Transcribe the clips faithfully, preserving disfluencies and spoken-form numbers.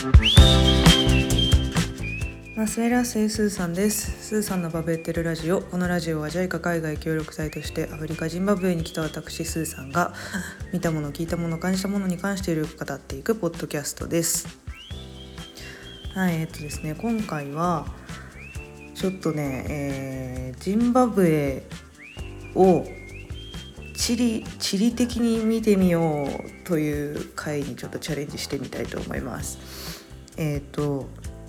マスエラセイスーさんです。スーさんのバブエテルラジオ。このラジオは ジャイカ 海外協力隊としてアフリカジンバブエに来た私スーさんが見たもの聞いたもの感じたものに関していろいろ語っていくポッドキャストです。はいえっとですね今回はちょっとね、えー、ジンバブエを地理地理的に見てみようという回にちょっとチャレンジしてみたいと思います。えっと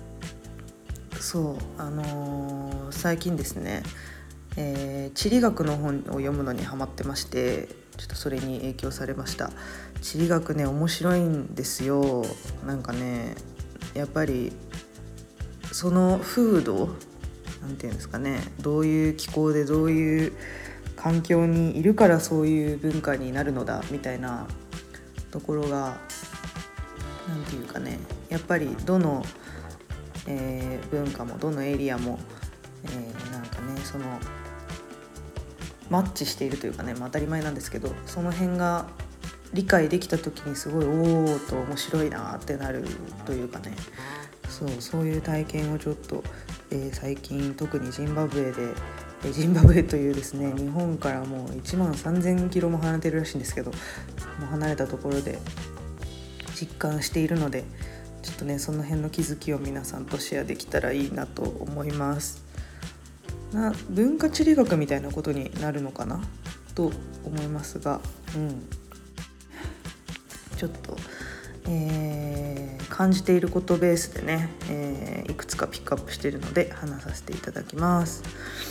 そうあのー、最近ですね、えー、地理学の本を読むのにハマってまして、ちょっとそれに影響されました。地理学ね面白いんですよ。なんかねやっぱりその風土なんていうんですかね、どういう気候でどういう環境にいるからそういう文化になるのだみたいなところがなんていうかね、やっぱりどのえー、文化もどのエリアも、えー、なんかねそのマッチしているというかね、まあ、当たり前なんですけど、その辺が理解できた時にすごいおーと面白いなってなるというかね、そうそういう体験をちょっと、えー、最近特にジンバブエで、えー、ジンバブエというですね日本からもういちまんさんぜんキロも離れてるらしいんですけど、もう離れたところで実感しているので、ちょっとねその辺の気づきを皆さんとシェアできたらいいなと思います。な文化地理学みたいなことになるのかなと思いますが、うん、ちょっと、えー、感じていることベースでね、えー、いくつかピックアップしているので話させていただきます。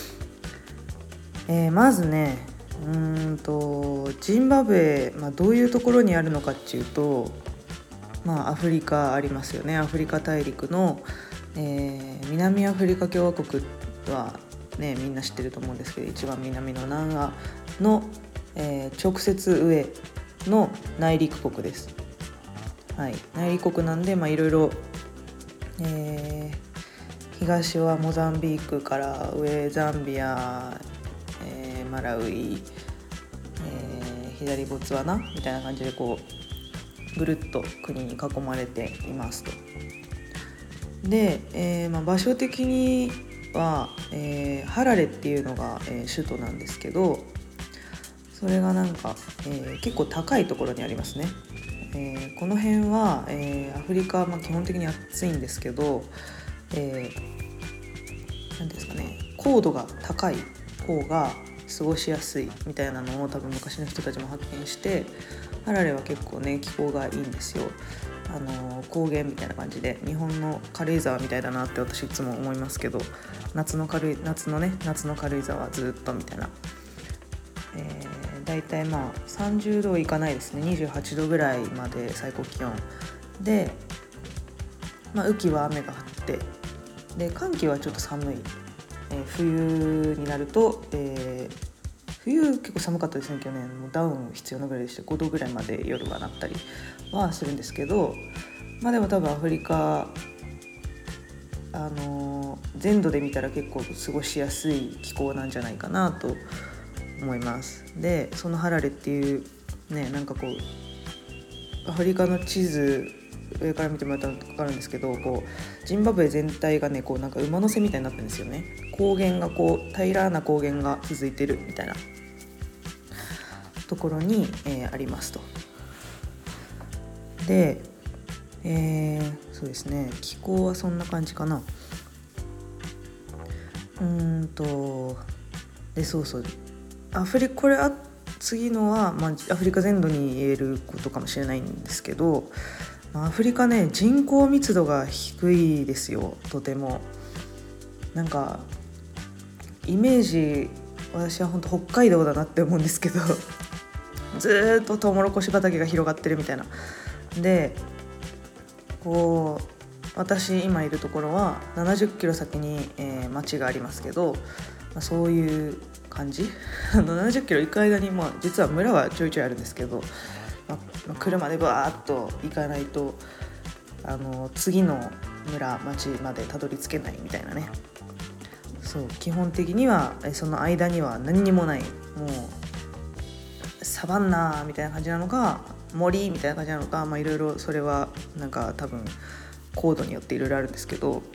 えー、まずねうーんとジンバブエ、まあ、どういうところにあるのかっていうと、まあ、アフリカありますよね。アフリカ大陸の、えー、南アフリカ共和国は、ね、みんな知ってると思うんですけど、一番南の南アの、えー、直接上の内陸国です。はい、内陸国なんで、まあ、いろいろ、えー、東はモザンビークから上ザンビア、えー、マラウイ、えー、左ボツワナみたいな感じでこうぐるっと国に囲まれていますと。で、えーまあ、場所的には、えー、ハラレっていうのが、えー、首都なんですけど、それがなんか、えー、結構高いところにありますね。えー、この辺は、えー、アフリカは、まあ、基本的に暑いんですけど、えー、なんですかね、高度が高い方が過ごしやすいみたいなのを多分昔の人たちも発見して、ハラレは結構ね気候がいいんですよ。あの高原みたいな感じで、日本の軽井沢みたいだなって私いつも思いますけど、夏の軽い夏のね夏の軽井沢ずっとみたいな、えー、だいたいまあさんじゅうどいかないですね、にじゅうはちどぐらいまで最高気温で、まあ、雨季は雨が降って、で寒季はちょっと寒い、えー、冬になると、えー冬結構寒かったですね。去年もうダウン必要なぐらいでして、ごどぐらいまで夜はなったりはするんですけど、まあでも多分アフリカ、あのー、全土で見たら結構過ごしやすい気候なんじゃないかなと思います。でそのハラレっていうね、なんかこうアフリカの地図上から見てもらったら分かるんですけど、こうジンバブエ全体がねこうなんか馬の背みたいになってるんですよね。高原がこう平らな高原が続いてるみたいなところに、えー、ありますと。で、えー、そうですね気候はそんな感じかな。うーんとでそうそうアフリこれあ次のは、まあ、アフリカ全土に言えることかもしれないんですけど、アフリカね人口密度が低いですよ。とてもなんかイメージ、私は本当北海道だなって思うんですけどずっとトウモロコシ畑が広がってるみたいな。でこう私今いるところはななじゅっキロ先に、えー、町がありますけど、まあ、そういう感じななじゅっキロ行く間に、まあ、実は村はちょいちょいあるんですけど、まあ、車でバーッと行かないとあの次の村町までたどり着けないみたいなね。そう基本的にはその間には何にもない、もうサバンナみたいな感じなのか森みたいな感じなのか、まあいろいろそれはなんか多分高度によっていろいろあるんですけど、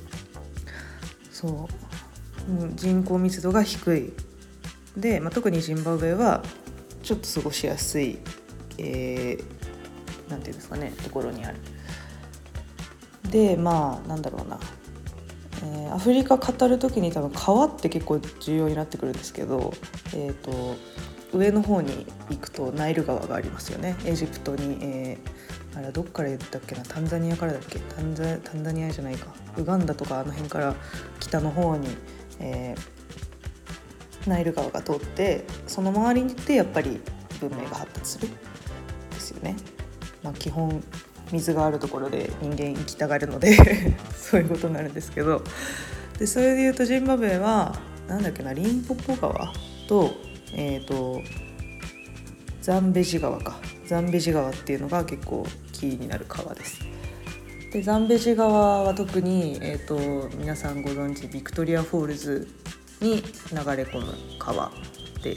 そう人口密度が低いで、まあ、特にジンバブエはちょっと過ごしやすい、えー、なんていうんですかねところにある。でまあなんだろうな、えー、アフリカ語る時に多分川って結構重要になってくるんですけど、えーと、上の方に行くとナイル川がありますよね。エジプトに、えー、あれはどっから言ったっけな、タンザニアからだっけ、タンザ、タンザニアじゃないか、ウガンダとかあの辺から北の方に、えー、ナイル川が通って、その周りに行ってやっぱり文明が発達するんですよね。まあ、基本水があるところで人間生きたがるのでそういうことになるんですけど、でそれでいうとジンバブエはなんだっけな、リンポポ川と、えーとザンベジ川かザンベジ川っていうのが結構キーになる川です。でザンベジ川は特に、えーと皆さんご存知ビクトリアフォールズに流れ込む川です。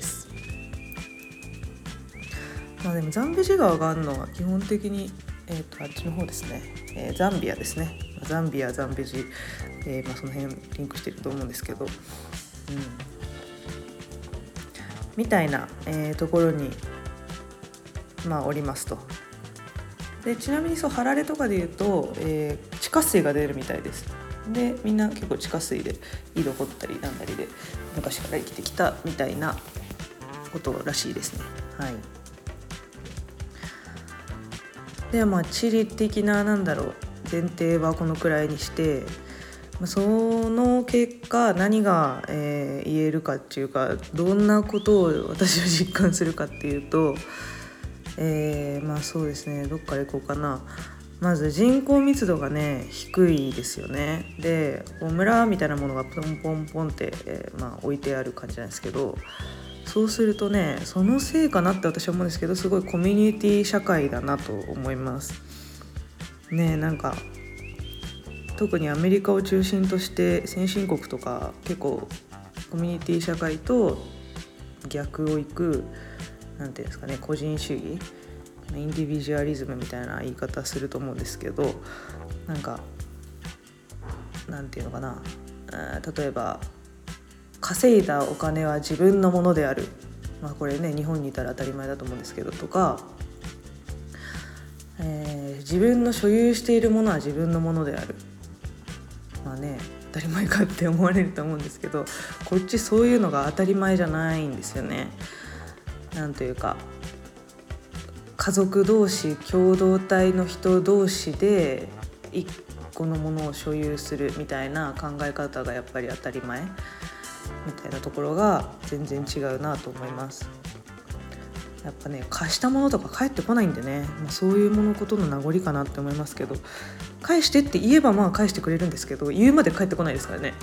まあ、でもザンベジ川があるのは基本的にえー、とあっちの方ですね、えー、ザンビアですね。ザンビア、ザンベジ、えーまあ、その辺リンクしてると思うんですけど、うん、みたいな、えー、ところに、まあ、おりますと。でちなみにそうハラレとかで言うと、えー、地下水が出るみたいです。でみんな結構地下水で井戸掘ったりなんだりで昔から生きてきたみたいなことらしいですね。はい。でまあ地理的ななんだろう前提はこのくらいにして、その結果何が、えー、言えるかっていうか、どんなことを私は実感するかっていうと、えー、まあそうですね、どっから行こうかな。まず人口密度がね低いですよね。で村みたいなものがポンポンポンって、えーまあ、置いてある感じなんですけど、そうするとね、そのせいかなって私は思うんですけど、すごいコミュニティ社会だなと思いますね。なんか特にアメリカを中心として先進国とか結構コミュニティ社会と逆をいく、なんていうんですかね、個人主義、インディビジュアリズムみたいな言い方すると思うんですけど、なんかなんていうのかな、例えば稼いだお金は自分のものである、まあ、これね日本にいたら当たり前だと思うんですけどとか、えー、自分の所有しているものは自分のものである、まあね当たり前かって思われると思うんですけど、こっちそういうのが当たり前じゃないんですよね。なんというか家族同士共同体の人同士で一個のものを所有するみたいな考え方がやっぱり当たり前みたいなところが全然違うなと思います。やっぱね貸したものとか返ってこないんでね、まあ、そういうものことの名残かなって思いますけど、返してって言えばまあ返してくれるんですけど、言うまで返ってこないですからね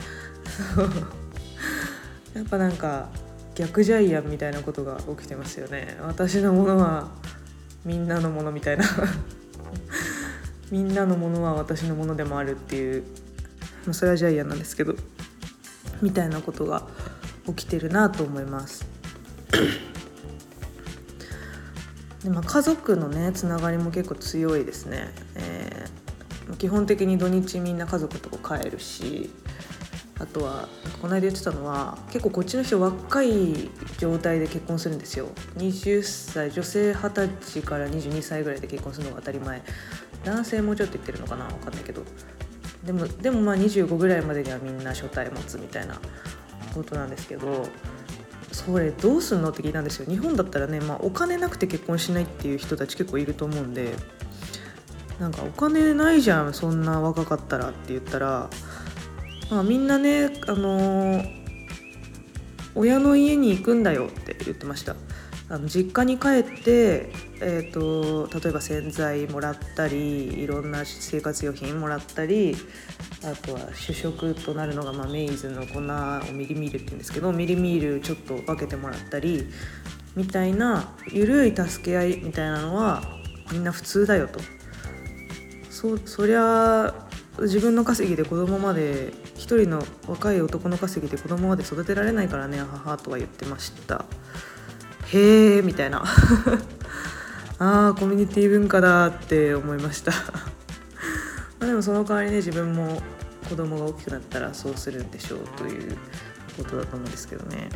やっぱなんか逆ジャイアンみたいなことが起きてますよね。私のものはみんなのものみたいなみんなのものは私のものでもあるっていう、まあ、それはジャイアンなんですけどみたいなことが起きてるなと思いますで、まあ、家族のねつながりも結構強いですね。えー、基本的に土日みんな家族とこ帰るし、あとはこの間言ってたのは結構こっちの人若い状態で結婚するんですよ。はたち女性はたちからにじゅうにさいぐらいで結婚するのが当たり前。男性もうちょっと言ってるのかな、分かんないけど、でもでもまあにじゅうごぐらいまでにはみんな初対持つみたいなことなんですけど、それどうすんのって聞いたんですよ。日本だったらね、まあ、お金なくて結婚しないっていう人たち結構いると思うんで、なんかお金ないじゃんそんな若かったらって言ったら、まあ、みんなね、あのー、親の家に行くんだよって言ってました。あの実家に帰って、えーと、例えば洗剤もらったりいろんな生活用品もらったり、あとは主食となるのが、まあ、メイズの粉をミリミールって言うんですけど、ミリミールちょっと分けてもらったりみたいなゆるい助け合いみたいなのはみんな普通だよと。 そ, そりゃ自分の稼ぎで子供まで、一人の若い男の稼ぎで子供まで育てられないからね母とは言ってました。へーみたいなあーコミュニティ文化だって思いましたあ、でもその代わりね自分も子供が大きくなったらそうするんでしょうということだと思うんですけどね。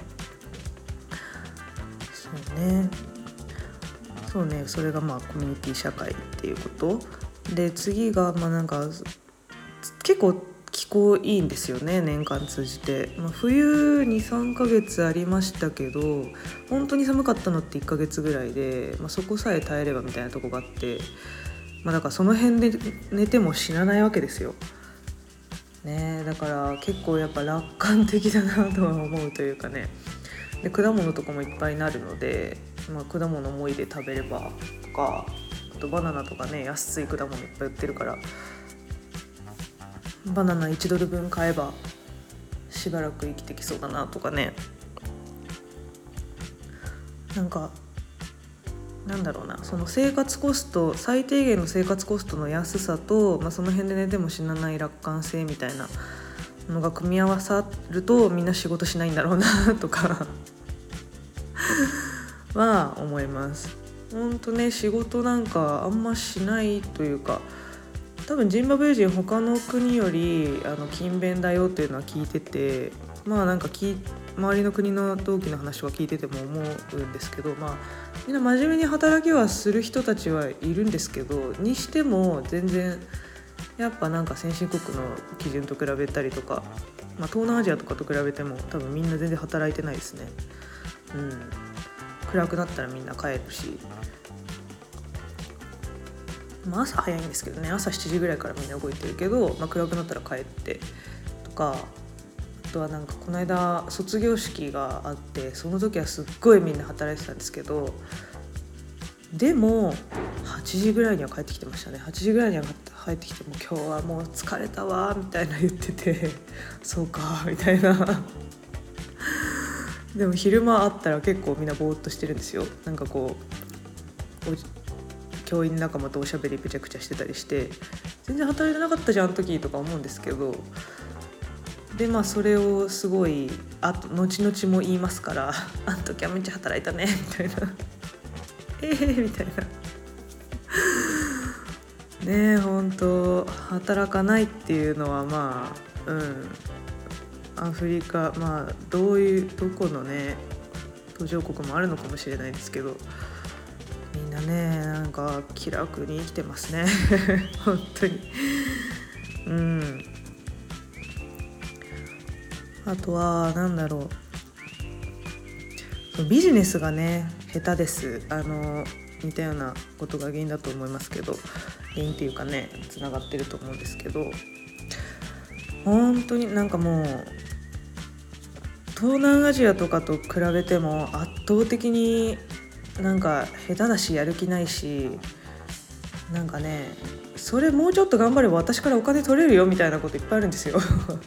そうねそうねそれがまあコミュニティ社会っていうことで、次がまあなんか結構気候いいんですよね、年間通じて、まあ、冬 にさんかげつありましたけど本当に寒かったのっていっかげつぐらいで、まあ、そこさえ耐えればみたいなとこがあって、まあ、だからその辺で寝ても死なないわけですよね。だから結構やっぱ楽観的だなとは思うというかね。で果物とかもいっぱいになるので、まあ、果物もいで食べればとか、あとバナナとかね安い果物いっぱい売ってるからバナナいちドルぶん買えばしばらく生きてきそうだなとかね。なんかなんだろうな、その生活コスト最低限の生活コストの安さと、まあ、その辺で寝ても死なない楽観性みたいなのが組み合わさるとみんな仕事しないんだろうなとかは思います。ほんとね仕事なんかあんましないというか、多分ジンバブエ人他の国よりあの勤勉だよっていうのは聞いてて、まあなんかき周りの国の同期の話は聞いてても思うんですけど、まあみんな真面目に働きはする人たちはいるんですけど、にしても全然やっぱなんか先進国の基準と比べたりとか、まあ、東南アジアとかと比べても多分みんな全然働いてないですね。うん、暗くなったらみんな帰るし、まあ、朝早いんですけどね、朝しちじぐらいからみんな動いてるけど、まあ、暗くなったら帰ってとか、あとはなんかこの間卒業式があって、その時はすっごいみんな働いてたんですけど、でもはちじぐらいには帰ってきてましたね。はちじぐらいには帰ってきても今日はもう疲れたわみたいな言っててそうかみたいなでも昼間会ったら結構みんなぼーっとしてるんですよ。なんかこう教員仲間とおしゃべりぺちゃくちゃしてたりして、全然働いてなかったじゃんあの時とか思うんですけど、でまあそれをすごいあと後々も言いますからあの時はめっちゃ働いたねみたいなえーみたいなねえ、本当働かないっていうのはまあうんアフリカ、まあどういうどこのね途上国もあるのかもしれないですけど、みんなねなんか気楽に生きてますね本当に。うんあとはなんだろう、ビジネスがね下手です。あの似たようなことが原因だと思いますけど、原因っていうかねつながってると思うんですけど、本当になんかもう東南アジアとかと比べても圧倒的になんか下手だしやる気ないし、なんかねそれもうちょっと頑張れば私からお金取れるよみたいなこといっぱいあるんですよ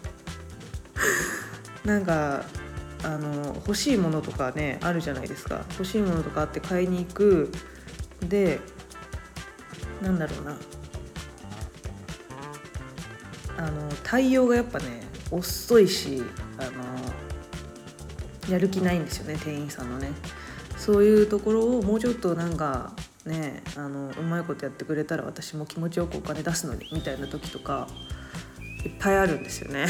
なんかあの欲しいものとかねあるじゃないですか。欲しいものとかあって買いに行くで、なんだろうな、あの対応がやっぱね遅いし、あのやる気ないんですよね店員さんのね。そういうところをもうちょっとなんかねあのうまいことやってくれたら私も気持ちよくお金出すのにみたいな時とかいっぱいあるんですよね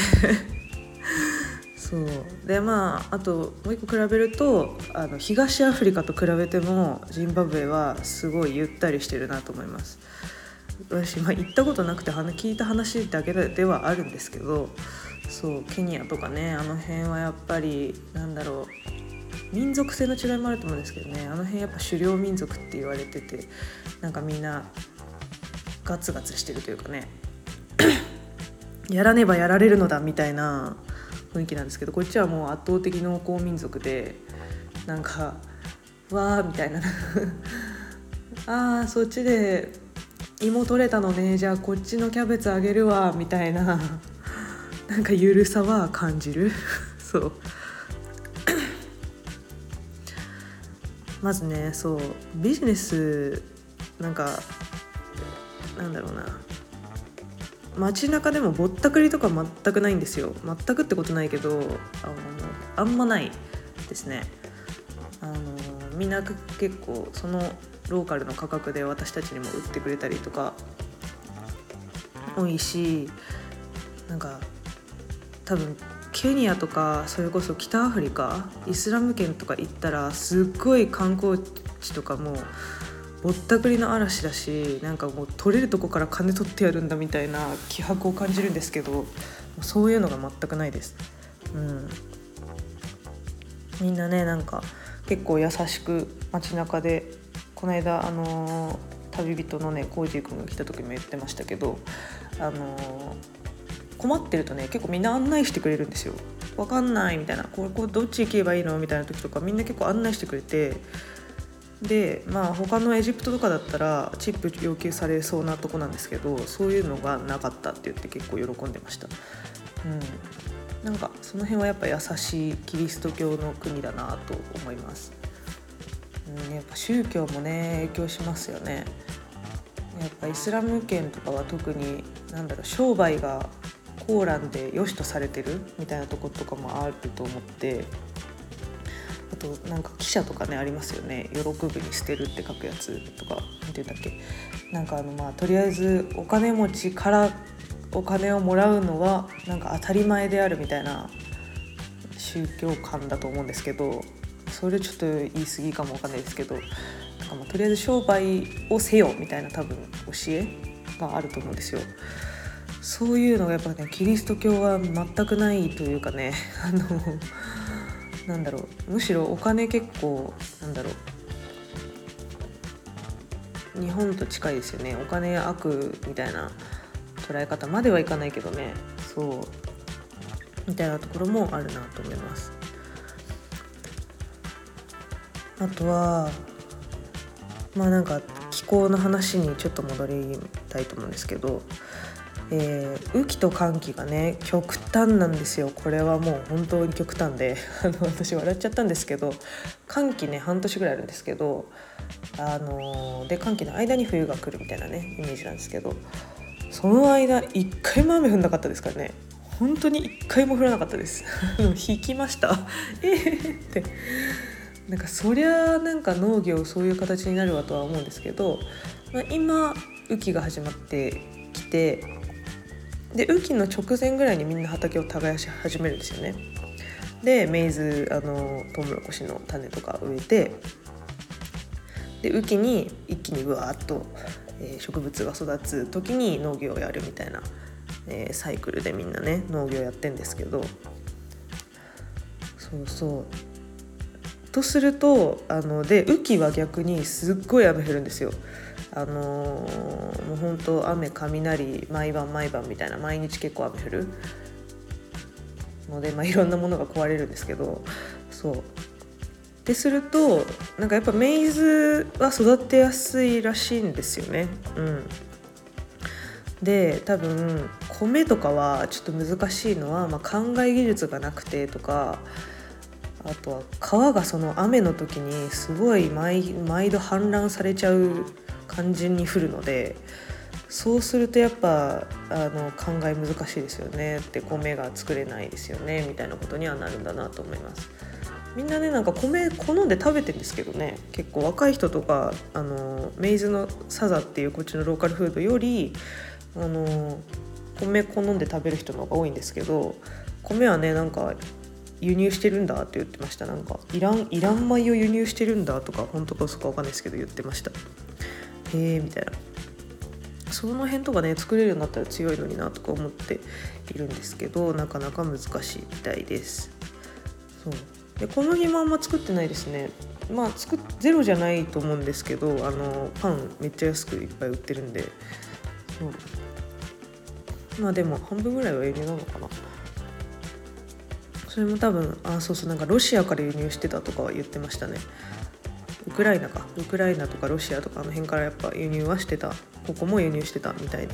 そうでまああともう一個比べるとあの東アフリカと比べてもジンバブエはすごいゆったりしてるなと思います。私、まあ、行ったことなくて聞いた話だけではあるんですけど、そうケニアとかねあの辺はやっぱりなんだろう、民族性の違いもあると思うんですけどね、あの辺やっぱ狩猟民族って言われてて、なんかみんなガツガツしてるというかねやらねばやられるのだみたいな雰囲気なんですけど、こっちはもう圧倒的農耕民族でなんかわーみたいなあーそっちで芋取れたのね、じゃあこっちのキャベツあげるわみたいななんかゆるさは感じるそうまずねそうビジネスなんかなんだろうな、街中でもぼったくりとか全くないんですよ。全くってことないけどあのあんまないですね。あのみんな結構そのローカルの価格で私たちにも売ってくれたりとか多いし、なんか多分ケニアとかそれこそ北アフリカイスラム圏とか行ったらすっごい観光地とかもぼったくりの嵐だし、なんかもう取れるとこから金取ってやるんだみたいな気迫を感じるんですけど、そういうのが全くないです。うん、みんなねなんか結構優しく街中で、この間あのー、旅人のねコージー君が来た時も言ってましたけど、あのー困ってるとね結構みんな案内してくれるんですよ。わかんないみたいな、これこれどっち行けばいいのみたいな時とかみんな結構案内してくれて、でまあ他のエジプトとかだったらチップ要求されそうなとこなんですけど、そういうのがなかったって言って結構喜んでました。うん、なんかその辺はやっぱ優しいキリスト教の国だなと思います。うん、やっぱ宗教もね影響しますよね。やっぱイスラム圏とかは特になんだろう、商売がコーランで良しとされてるみたいなとことかもあると思って、あとなんか記者とかねありますよね、喜ぶに捨てるって書くやつとか、なんて言うんだっけ、なんかあのまあとりあえずお金持ちからお金をもらうのはなんか当たり前であるみたいな宗教観だと思うんですけど、それちょっと言い過ぎかもわかんないですけど、なんかまあとりあえず商売をせよみたいな多分教えがあると思うんですよ。そういうのがやっぱねキリスト教は全くないというかね、あのなんだろう、むしろお金結構なんだろう、日本と近いですよね。お金悪みたいな捉え方まではいかないけどね、そうみたいなところもあるなと思います。あとはまあなんか気候の話にちょっと戻りたいと思うんですけど、えー、雨季と乾季がね極端なんですよ。これはもう本当に極端であの私笑っちゃったんですけど、乾季ね半年ぐらいあるんですけど、あのー、で乾季の間に冬が来るみたいなねイメージなんですけど、その間一回も雨降んなかったですからね。本当に一回も降らなかったです引きましたえーってなんかそりゃなんか農業そういう形になるわとは思うんですけど、まあ、今雨季が始まってきて、で雨季の直前ぐらいにみんな畑を耕し始めるんですよね。でメイズあのトウモロコシの種とか植えて、で雨季に一気にうわーっと、えー、植物が育つ時に農業をやるみたいな、えー、サイクルでみんなね農業やってんですけど、そうそうとするとあので雨季は逆にすっごい雨降るんですよ。あのー、もう本当雨雷毎晩毎晩みたいな、毎日結構雨降るので、まあ、いろんなものが壊れるんですけど、そうでするとなんかやっぱメイズは育てやすいらしいんですよね。うん、で多分米とかはちょっと難しいのは、まあ、灌漑技術がなくてとか、あとは川がその雨の時にすごい 毎, 毎度氾濫されちゃう感じに降るので、そうするとやっぱあの考え難しいですよねって、米が作れないですよねみたいなことにはなるんだなと思います。みんなねなんか米好んで食べてるんですけどね、結構若い人とかあのメイズのサザっていうこっちのローカルフードよりあの米好んで食べる人の方が多いんですけど、米はねなんか輸入してるんだって言ってました。なんかイランイラン米を輸入してるんだとか本当か嘘か分かんないですけど言ってました。へえみたいな、その辺とかね作れるようになったら強いのになとか思っているんですけど、なかなか難しいみたいです。そうで小麦もあんま作ってないですね。まあ作っゼロじゃないと思うんですけど、あのパンめっちゃ安くいっぱい売ってるんで、そうまあでも半分ぐらいは輸入なのかな。それも多分あそうそうなんかロシアから輸入してたとかは言ってましたね。ウクライナかウクライナとかロシアとかあの辺からやっぱ輸入はしてた、ここも輸入してたみたいです。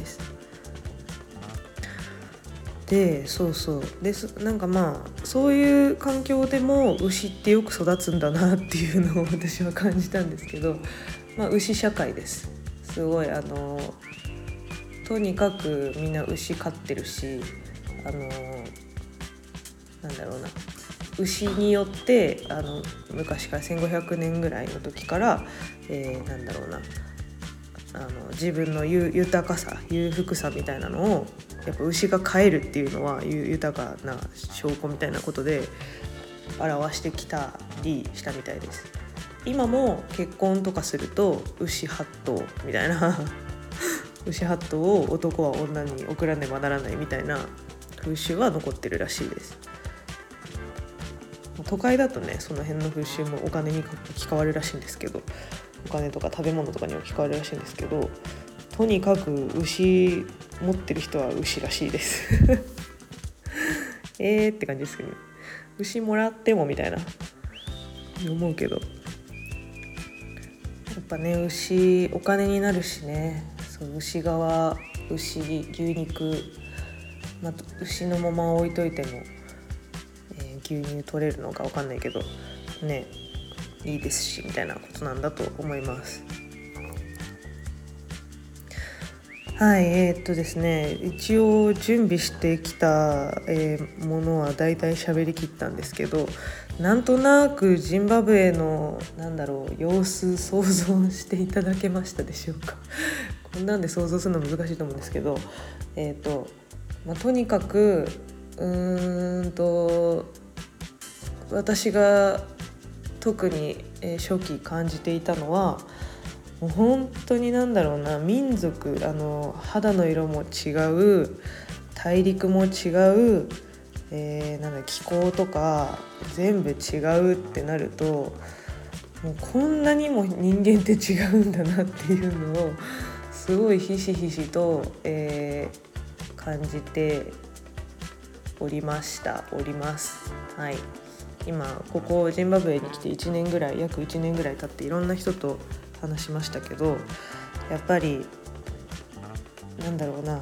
でそうそうですなんかまあそういう環境でも牛ってよく育つんだなっていうのを私は感じたんですけど、まあ牛社会です。すごいあのとにかくみんな牛飼ってるし、あのなんだろうな牛によってあの昔からせんごひゃくねんぐらいの時から、えー、なんだろうなあの自分の豊かさ裕福さみたいなのをやっぱ牛が飼えるっていうのは豊かな証拠みたいなことで表してきたりしたみたいです。今も結婚とかすると牛はっ頭みたいな牛はっ頭を男は女に送らねばならないみたいな風習は残ってるらしいです。都会だとねその辺の風習もお金に置き換わるらしいんですけど、お金とか食べ物とかに置き換わるらしいんですけど、とにかく牛持ってる人は牛らしいですえーって感じですけど、ね、牛もらってもみたいな思うけど、やっぱね牛お金になるしね。そう牛側牛牛肉、まあ、牛のまま置いといても、えー、牛乳取れるのか分かんないけどねいいですしみたいなことなんだと思います。はい、えー、っとですね一応準備してきた、えー、ものはだいたい喋りきったんですけど、なんとなくジンバブエのなんだろう様子想像していただけましたでしょうかこんなんで想像するの難しいと思うんですけど、えーっとまあ、とにかくうーんと私が特に、えー、初期感じていたのはもう本当になんだろうな、民族あの肌の色も違う、大陸も違う、えー、なんだ気候とか全部違うってなると、もうこんなにも人間って違うんだなっていうのをすごいひしひしと、えー、感じておりましたおります。はい、今ここジンバブエに来ていちねんぐらい約いちねんぐらい経っていろんな人と話しましたけど、やっぱりなんだろうな、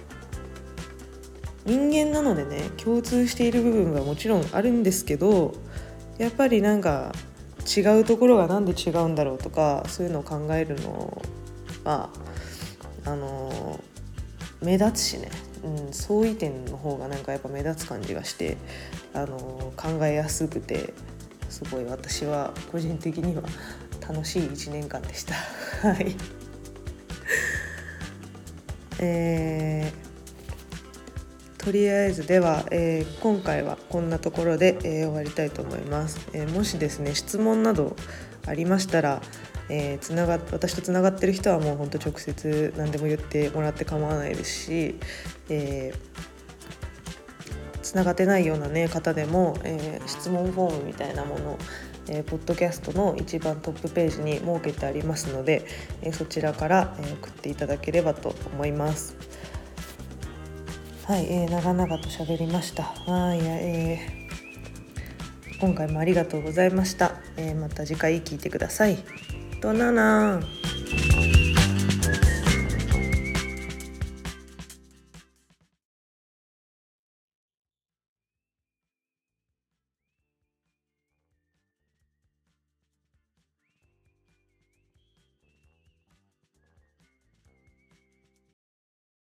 人間なのでね共通している部分はもちろんあるんですけど、やっぱりなんか違うところがなんで違うんだろうとかそういうのを考えるのはあの目立つしね、うん、相違点の方がなんかやっぱ目立つ感じがしてあの考えやすくて、すごい私は個人的には楽しいいちねんかんでしたはい、えー、とりあえずでは、えー、今回はこんなところで、えー、終わりたいと思います。えー、もしですね質問などありましたら、えー、つなが私とつながってる人はもう本当直接何でも言ってもらって構わないですし、えー、つながってないような、ね、方でも、えー、質問フォームみたいなものをえー、ポッドキャストの一番トップページに設けてありますので、えー、そちらから、えー、送っていただければと思います。はい、えー、長々と喋りました。はい、えー、今回もありがとうございました。えー、また次回聞いてください。となな